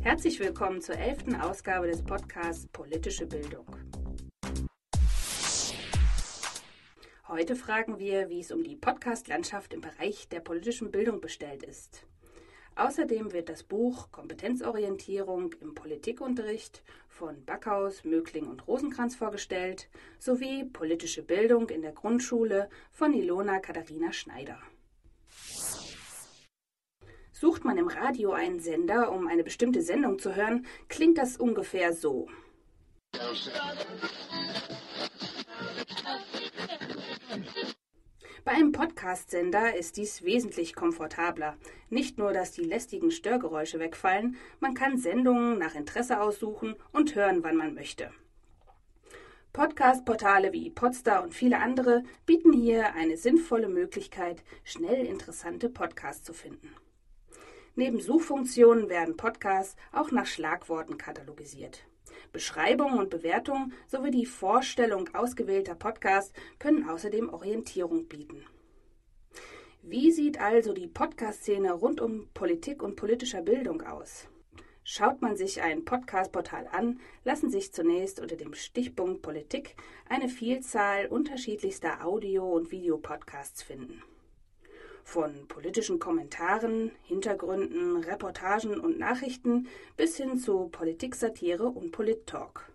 Herzlich willkommen zur 11. Ausgabe des Podcasts Politische Bildung. Heute fragen wir, wie es um die Podcast-Landschaft im Bereich der politischen Bildung bestellt ist. Außerdem wird das Buch Kompetenzorientierung im Politikunterricht von Backhaus, Mögling und Rosenkranz vorgestellt, sowie Politische Bildung in der Grundschule von Ilona Katharina Schneider. Sucht man im Radio einen Sender, um eine bestimmte Sendung zu hören, klingt das ungefähr so. Bei einem Podcast-Sender ist dies wesentlich komfortabler. Nicht nur, dass die lästigen Störgeräusche wegfallen, man kann Sendungen nach Interesse aussuchen und hören, wann man möchte. Podcast-Portale wie Podstar und viele andere bieten hier eine sinnvolle Möglichkeit, schnell interessante Podcasts zu finden. Neben Suchfunktionen werden Podcasts auch nach Schlagworten katalogisiert. Beschreibungen und Bewertungen sowie die Vorstellung ausgewählter Podcasts können außerdem Orientierung bieten. Wie sieht also die Podcast-Szene rund um Politik und politischer Bildung aus? Schaut man sich ein Podcast-Portal an, lassen sich zunächst unter dem Stichpunkt Politik eine Vielzahl unterschiedlichster Audio- und Videopodcasts finden. Von politischen Kommentaren, Hintergründen, Reportagen und Nachrichten bis hin zu Politik-Satire und Polit-Talk.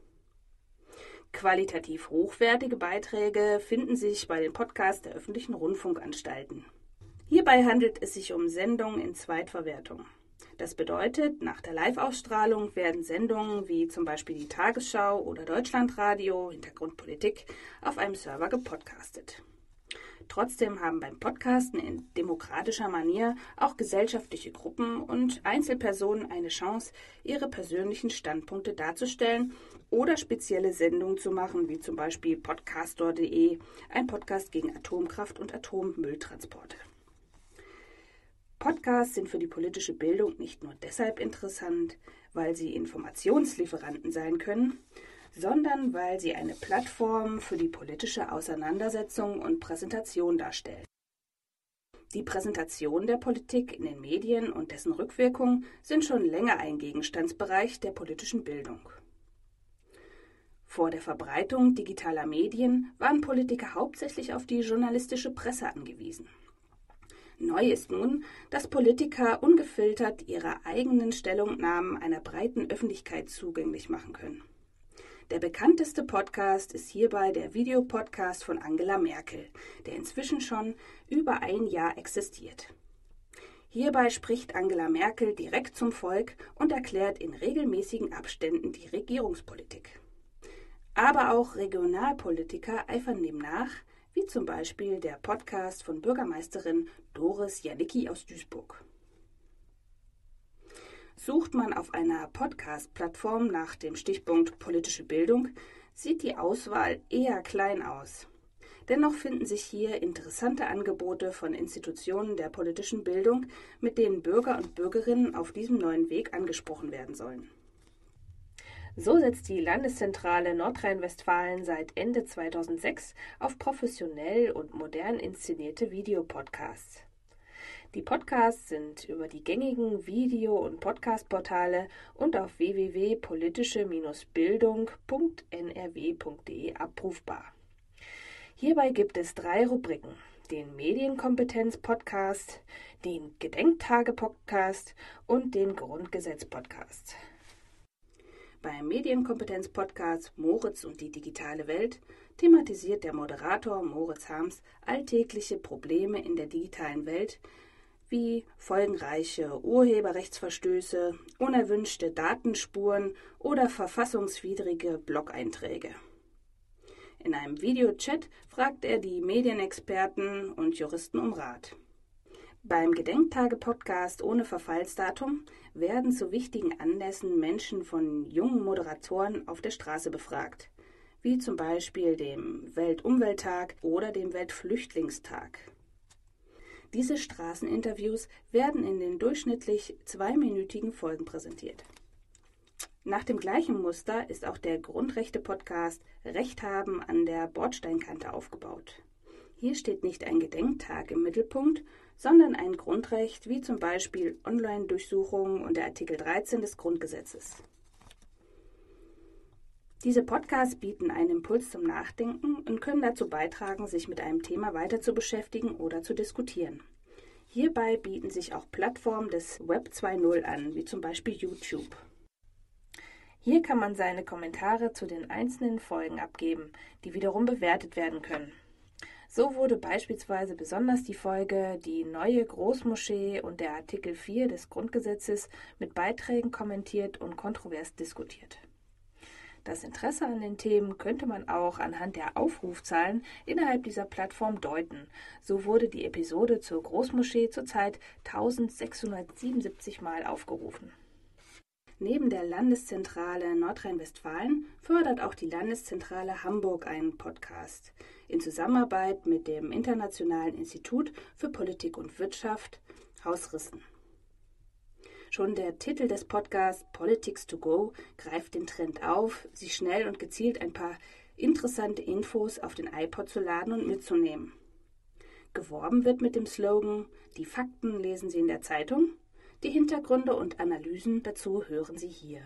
Qualitativ hochwertige Beiträge finden sich bei den Podcasts der öffentlichen Rundfunkanstalten. Hierbei handelt es sich um Sendungen in Zweitverwertung. Das bedeutet, nach der Live-Ausstrahlung werden Sendungen wie zum Beispiel die Tagesschau oder Deutschlandradio, Hintergrundpolitik, auf einem Server gepodcastet. Trotzdem haben beim Podcasten in demokratischer Manier auch gesellschaftliche Gruppen und Einzelpersonen eine Chance, ihre persönlichen Standpunkte darzustellen oder spezielle Sendungen zu machen, wie zum Beispiel Podcastor.de, ein Podcast gegen Atomkraft und Atommülltransporte. Podcasts sind für die politische Bildung nicht nur deshalb interessant, weil sie Informationslieferanten sein können, sondern weil sie eine Plattform für die politische Auseinandersetzung und Präsentation darstellen. Die Präsentation der Politik in den Medien und dessen Rückwirkungen sind schon länger ein Gegenstandsbereich der politischen Bildung. Vor der Verbreitung digitaler Medien waren Politiker hauptsächlich auf die journalistische Presse angewiesen. Neu ist nun, dass Politiker ungefiltert ihre eigenen Stellungnahmen einer breiten Öffentlichkeit zugänglich machen können. Der bekannteste Podcast ist hierbei der Videopodcast von Angela Merkel, der inzwischen schon über ein Jahr existiert. Hierbei spricht Angela Merkel direkt zum Volk und erklärt in regelmäßigen Abständen die Regierungspolitik. Aber auch Regionalpolitiker eifern dem nach, wie zum Beispiel der Podcast von Bürgermeisterin Doris Janicki aus Duisburg. Sucht man auf einer Podcast-Plattform nach dem Stichpunkt politische Bildung, sieht die Auswahl eher klein aus. Dennoch finden sich hier interessante Angebote von Institutionen der politischen Bildung, mit denen Bürger und Bürgerinnen auf diesem neuen Weg angesprochen werden sollen. So setzt die Landeszentrale Nordrhein-Westfalen seit Ende 2006 auf professionell und modern inszenierte Videopodcasts. Die Podcasts sind über die gängigen Video- und Podcast-Portale und auf www.politische-bildung.nrw.de abrufbar. Hierbei gibt es 3 Rubriken: den Medienkompetenz-Podcast, den Gedenktage-Podcast und den Grundgesetz-Podcast. Beim Medienkompetenz-Podcast Moritz und die digitale Welt thematisiert der Moderator Moritz Harms alltägliche Probleme in der digitalen Welt, wie folgenreiche Urheberrechtsverstöße, unerwünschte Datenspuren oder verfassungswidrige Blog-Einträge. In einem Videochat fragt er die Medienexperten und Juristen um Rat. Beim Gedenktage-Podcast ohne Verfallsdatum werden zu wichtigen Anlässen Menschen von jungen Moderatoren auf der Straße befragt, wie zum Beispiel dem Weltumwelttag oder dem Weltflüchtlingstag. Diese Straßeninterviews werden in den durchschnittlich 2-minütigen Folgen präsentiert. Nach dem gleichen Muster ist auch der Grundrechte-Podcast Recht haben an der Bordsteinkante aufgebaut. Hier steht nicht ein Gedenktag im Mittelpunkt, sondern ein Grundrecht wie zum Beispiel Online-Durchsuchungen und der Artikel 13 des Grundgesetzes. Diese Podcasts bieten einen Impuls zum Nachdenken und können dazu beitragen, sich mit einem Thema weiter zu beschäftigen oder zu diskutieren. Hierbei bieten sich auch Plattformen des Web 2.0 an, wie zum Beispiel YouTube. Hier kann man seine Kommentare zu den einzelnen Folgen abgeben, die wiederum bewertet werden können. So wurde beispielsweise besonders die Folge Die neue Großmoschee und der Artikel 4 des Grundgesetzes mit Beiträgen kommentiert und kontrovers diskutiert. Das Interesse an den Themen könnte man auch anhand der Aufrufzahlen innerhalb dieser Plattform deuten. So wurde die Episode zur Großmoschee zurzeit 1677 Mal aufgerufen. Neben der Landeszentrale Nordrhein-Westfalen fördert auch die Landeszentrale Hamburg einen Podcast in Zusammenarbeit mit dem Internationalen Institut für Politik und Wirtschaft, Haus Rissen. Schon der Titel des Podcasts Politics to Go greift den Trend auf, sich schnell und gezielt ein paar interessante Infos auf den iPod zu laden und mitzunehmen. Geworben wird mit dem Slogan: Die Fakten lesen Sie in der Zeitung, die Hintergründe und Analysen dazu hören Sie hier.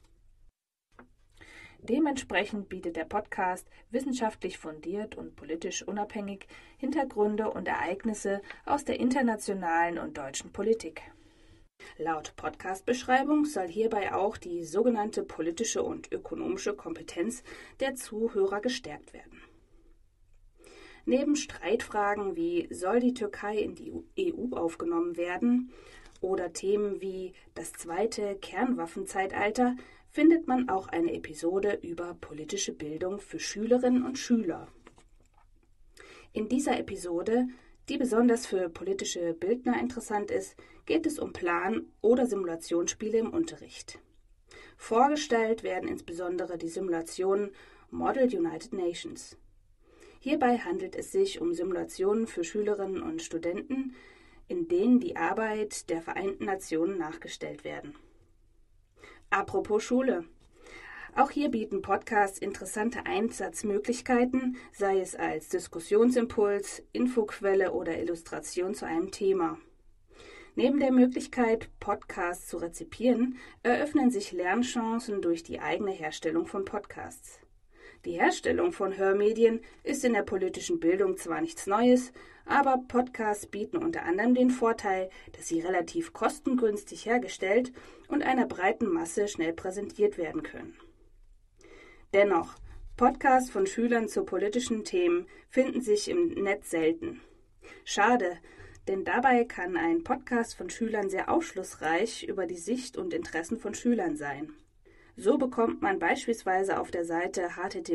Dementsprechend bietet der Podcast wissenschaftlich fundiert und politisch unabhängig Hintergründe und Ereignisse aus der internationalen und deutschen Politik. Laut Podcast-Beschreibung soll hierbei auch die sogenannte politische und ökonomische Kompetenz der Zuhörer gestärkt werden. Neben Streitfragen wie soll die Türkei in die EU aufgenommen werden oder Themen wie das zweite Kernwaffenzeitalter findet man auch eine Episode über politische Bildung für Schülerinnen und Schüler. In dieser Episode, die besonders für politische Bildner interessant ist, geht es um Plan- oder Simulationsspiele im Unterricht. Vorgestellt werden insbesondere die Simulationen Model United Nations. Hierbei handelt es sich um Simulationen für Schülerinnen und Studenten, in denen die Arbeit der Vereinten Nationen nachgestellt werden. Apropos Schule. Auch hier bieten Podcasts interessante Einsatzmöglichkeiten, sei es als Diskussionsimpuls, Infoquelle oder Illustration zu einem Thema. Neben der Möglichkeit, Podcasts zu rezipieren, eröffnen sich Lernchancen durch die eigene Herstellung von Podcasts. Die Herstellung von Hörmedien ist in der politischen Bildung zwar nichts Neues, aber Podcasts bieten unter anderem den Vorteil, dass sie relativ kostengünstig hergestellt und einer breiten Masse schnell präsentiert werden können. Dennoch, Podcasts von Schülern zu politischen Themen finden sich im Netz selten. Schade, denn dabei kann ein Podcast von Schülern sehr aufschlussreich über die Sicht und Interessen von Schülern sein. So bekommt man beispielsweise auf der Seite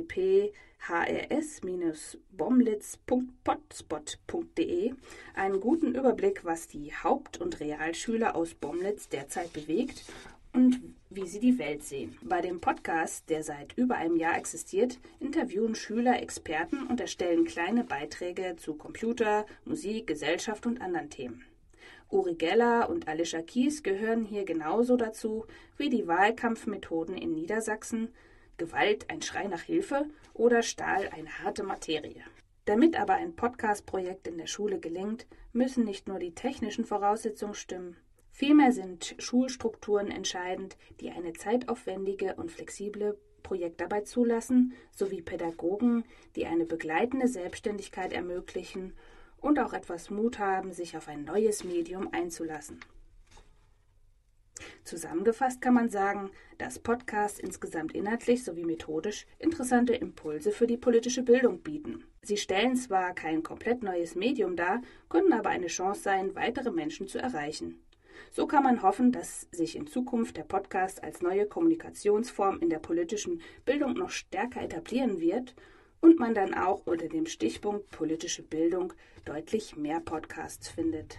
http://hrs-bomlitz.potspot.de einen guten Überblick, was die Haupt- und Realschüler aus Bomlitz derzeit bewegt und wie sie die Welt sehen. Bei dem Podcast, der seit über einem Jahr existiert, interviewen Schüler Experten und erstellen kleine Beiträge zu Computer, Musik, Gesellschaft und anderen Themen. Uri Geller und Alicia Kies gehören hier genauso dazu wie die Wahlkampfmethoden in Niedersachsen, Gewalt ein Schrei nach Hilfe oder Stahl eine harte Materie. Damit aber ein Podcast-Projekt in der Schule gelingt, müssen nicht nur die technischen Voraussetzungen stimmen. Vielmehr sind Schulstrukturen entscheidend, die eine zeitaufwendige und flexible Projektarbeit zulassen, sowie Pädagogen, die eine begleitende Selbstständigkeit ermöglichen und auch etwas Mut haben, sich auf ein neues Medium einzulassen. Zusammengefasst kann man sagen, dass Podcasts insgesamt inhaltlich sowie methodisch interessante Impulse für die politische Bildung bieten. Sie stellen zwar kein komplett neues Medium dar, können aber eine Chance sein, weitere Menschen zu erreichen. So kann man hoffen, dass sich in Zukunft der Podcast als neue Kommunikationsform in der politischen Bildung noch stärker etablieren wird und man dann auch unter dem Stichpunkt politische Bildung deutlich mehr Podcasts findet.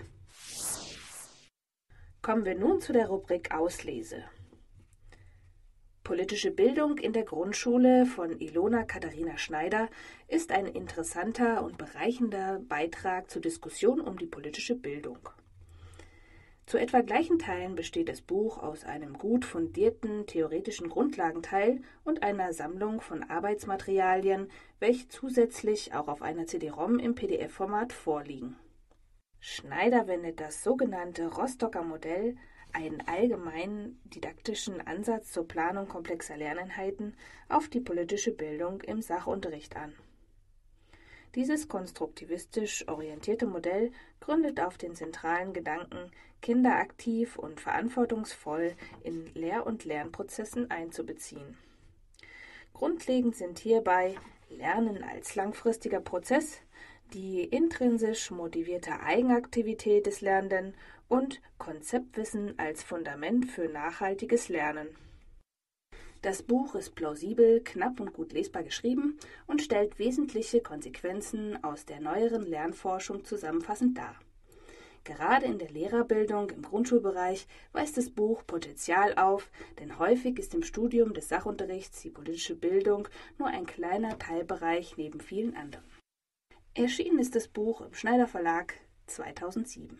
Kommen wir nun zu der Rubrik Auslese. Politische Bildung in der Grundschule von Ilona Katharina Schneider ist ein interessanter und bereichender Beitrag zur Diskussion um die politische Bildung. Zu etwa gleichen Teilen besteht das Buch aus einem gut fundierten theoretischen Grundlagenteil und einer Sammlung von Arbeitsmaterialien, welche zusätzlich auch auf einer CD-ROM im PDF-Format vorliegen. Schneider wendet das sogenannte Rostocker Modell, einen allgemeinen didaktischen Ansatz zur Planung komplexer Lerneinheiten, auf die politische Bildung im Sachunterricht an. Dieses konstruktivistisch orientierte Modell gründet auf den zentralen Gedanken, Kinder aktiv und verantwortungsvoll in Lehr- und Lernprozessen einzubeziehen. Grundlegend sind hierbei Lernen als langfristiger Prozess, die intrinsisch motivierte Eigenaktivität des Lernenden und Konzeptwissen als Fundament für nachhaltiges Lernen. Das Buch ist plausibel, knapp und gut lesbar geschrieben und stellt wesentliche Konsequenzen aus der neueren Lernforschung zusammenfassend dar. Gerade in der Lehrerbildung im Grundschulbereich weist das Buch Potenzial auf, denn häufig ist im Studium des Sachunterrichts die politische Bildung nur ein kleiner Teilbereich neben vielen anderen. Erschienen ist das Buch im Schneider Verlag 2007.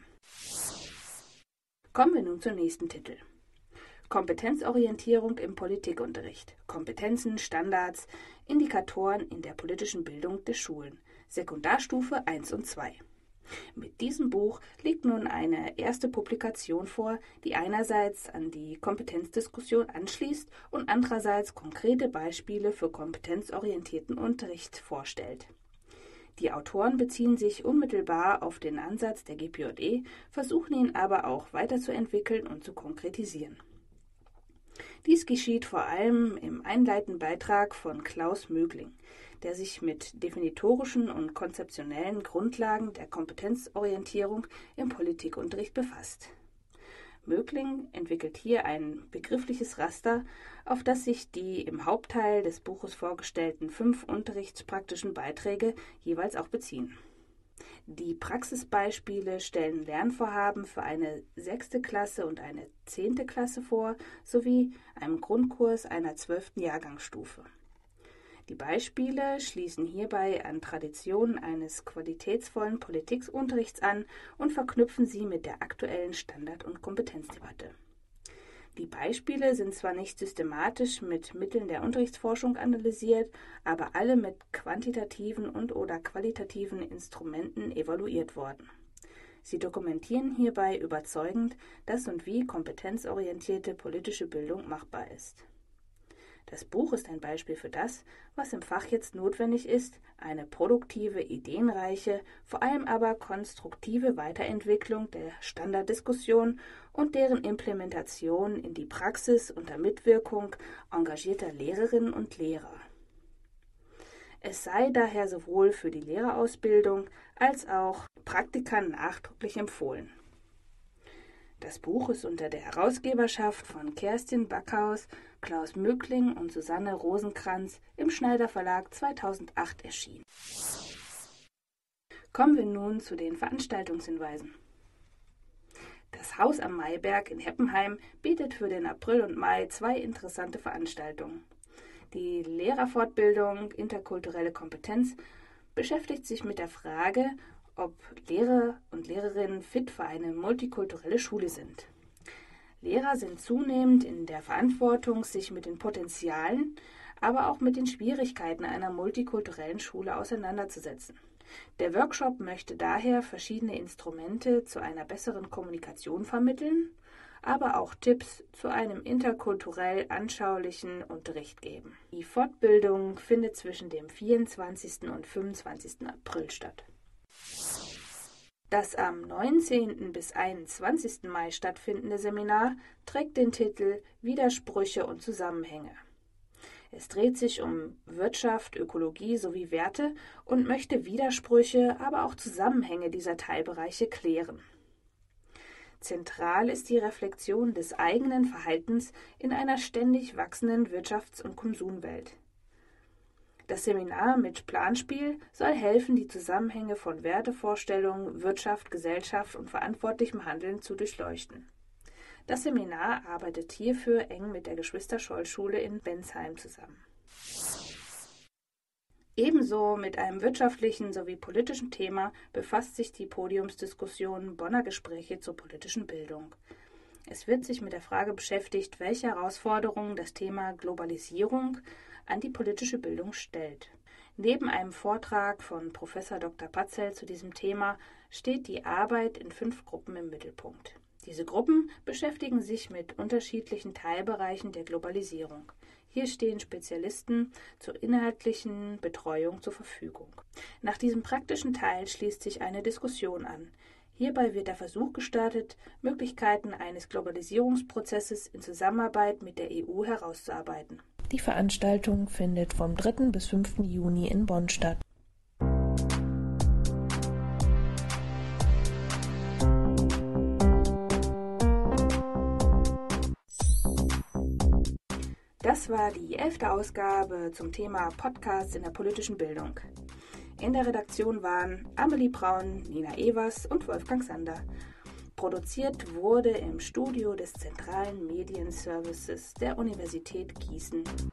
Kommen wir nun zum nächsten Titel. Kompetenzorientierung im Politikunterricht. Kompetenzen, Standards, Indikatoren in der politischen Bildung der Schulen. Sekundarstufe 1 und 2. Mit diesem Buch liegt nun eine erste Publikation vor, die einerseits an die Kompetenzdiskussion anschließt und andererseits konkrete Beispiele für kompetenzorientierten Unterricht vorstellt. Die Autoren beziehen sich unmittelbar auf den Ansatz der GPJE, versuchen ihn aber auch weiterzuentwickeln und zu konkretisieren. Dies geschieht vor allem im einleitenden Beitrag von Klaus Mögling, der sich mit definitorischen und konzeptionellen Grundlagen der Kompetenzorientierung im Politikunterricht befasst. Mögling entwickelt hier ein begriffliches Raster, auf das sich die im Hauptteil des Buches vorgestellten 5 unterrichtspraktischen Beiträge jeweils auch beziehen. Die Praxisbeispiele stellen Lernvorhaben für eine 6. Klasse und eine 10. Klasse vor, sowie einen Grundkurs einer 12. Jahrgangsstufe. Die Beispiele schließen hierbei an Traditionen eines qualitätsvollen Politikunterrichts an und verknüpfen sie mit der aktuellen Standard- und Kompetenzdebatte. Die Beispiele sind zwar nicht systematisch mit Mitteln der Unterrichtsforschung analysiert, aber alle mit quantitativen und/oder qualitativen Instrumenten evaluiert worden. Sie dokumentieren hierbei überzeugend, dass und wie kompetenzorientierte politische Bildung machbar ist. Das Buch ist ein Beispiel für das, was im Fach jetzt notwendig ist, eine produktive, ideenreiche, vor allem aber konstruktive Weiterentwicklung der Standarddiskussion und deren Implementation in die Praxis unter Mitwirkung engagierter Lehrerinnen und Lehrer. Es sei daher sowohl für die Lehrerausbildung als auch Praktikern nachdrücklich empfohlen. Das Buch ist unter der Herausgeberschaft von Kerstin Backhaus, Klaus Mögling und Susanne Rosenkranz im Schneider Verlag 2008 erschienen. Kommen wir nun zu den Veranstaltungshinweisen. Das Haus am Maiberg in Heppenheim bietet für den April und Mai 2 interessante Veranstaltungen. Die Lehrerfortbildung Interkulturelle Kompetenz beschäftigt sich mit der Frage, ob Lehrer und Lehrerinnen fit für eine multikulturelle Schule sind. Lehrer sind zunehmend in der Verantwortung, sich mit den Potenzialen, aber auch mit den Schwierigkeiten einer multikulturellen Schule auseinanderzusetzen. Der Workshop möchte daher verschiedene Instrumente zu einer besseren Kommunikation vermitteln, aber auch Tipps zu einem interkulturell anschaulichen Unterricht geben. Die Fortbildung findet zwischen dem 24. und 25. April statt. Das am 19. bis 21. Mai stattfindende Seminar trägt den Titel Widersprüche und Zusammenhänge. Es dreht sich um Wirtschaft, Ökologie sowie Werte und möchte Widersprüche, aber auch Zusammenhänge dieser Teilbereiche klären. Zentral ist die Reflexion des eigenen Verhaltens in einer ständig wachsenden Wirtschafts- und Konsumwelt. Das Seminar mit Planspiel soll helfen, die Zusammenhänge von Wertevorstellungen, Wirtschaft, Gesellschaft und verantwortlichem Handeln zu durchleuchten. Das Seminar arbeitet hierfür eng mit der Geschwister-Scholl-Schule in Bensheim zusammen. Ebenso mit einem wirtschaftlichen sowie politischen Thema befasst sich die Podiumsdiskussion Bonner Gespräche zur politischen Bildung. Es wird sich mit der Frage beschäftigt, welche Herausforderungen das Thema Globalisierung an die politische Bildung stellt. Neben einem Vortrag von Prof. Dr. Patzelt zu diesem Thema steht die Arbeit in 5 Gruppen im Mittelpunkt. Diese Gruppen beschäftigen sich mit unterschiedlichen Teilbereichen der Globalisierung. Hier stehen Spezialisten zur inhaltlichen Betreuung zur Verfügung. Nach diesem praktischen Teil schließt sich eine Diskussion an. Hierbei wird der Versuch gestartet, Möglichkeiten eines Globalisierungsprozesses in Zusammenarbeit mit der EU herauszuarbeiten. Die Veranstaltung findet vom 3. bis 5. Juni in Bonn statt. Das war die 11. Ausgabe zum Thema Podcasts in der politischen Bildung. In der Redaktion waren Amelie Braun, Nina Evers und Wolfgang Sander. Produziert wurde im Studio des Zentralen Medienservices der Universität Gießen.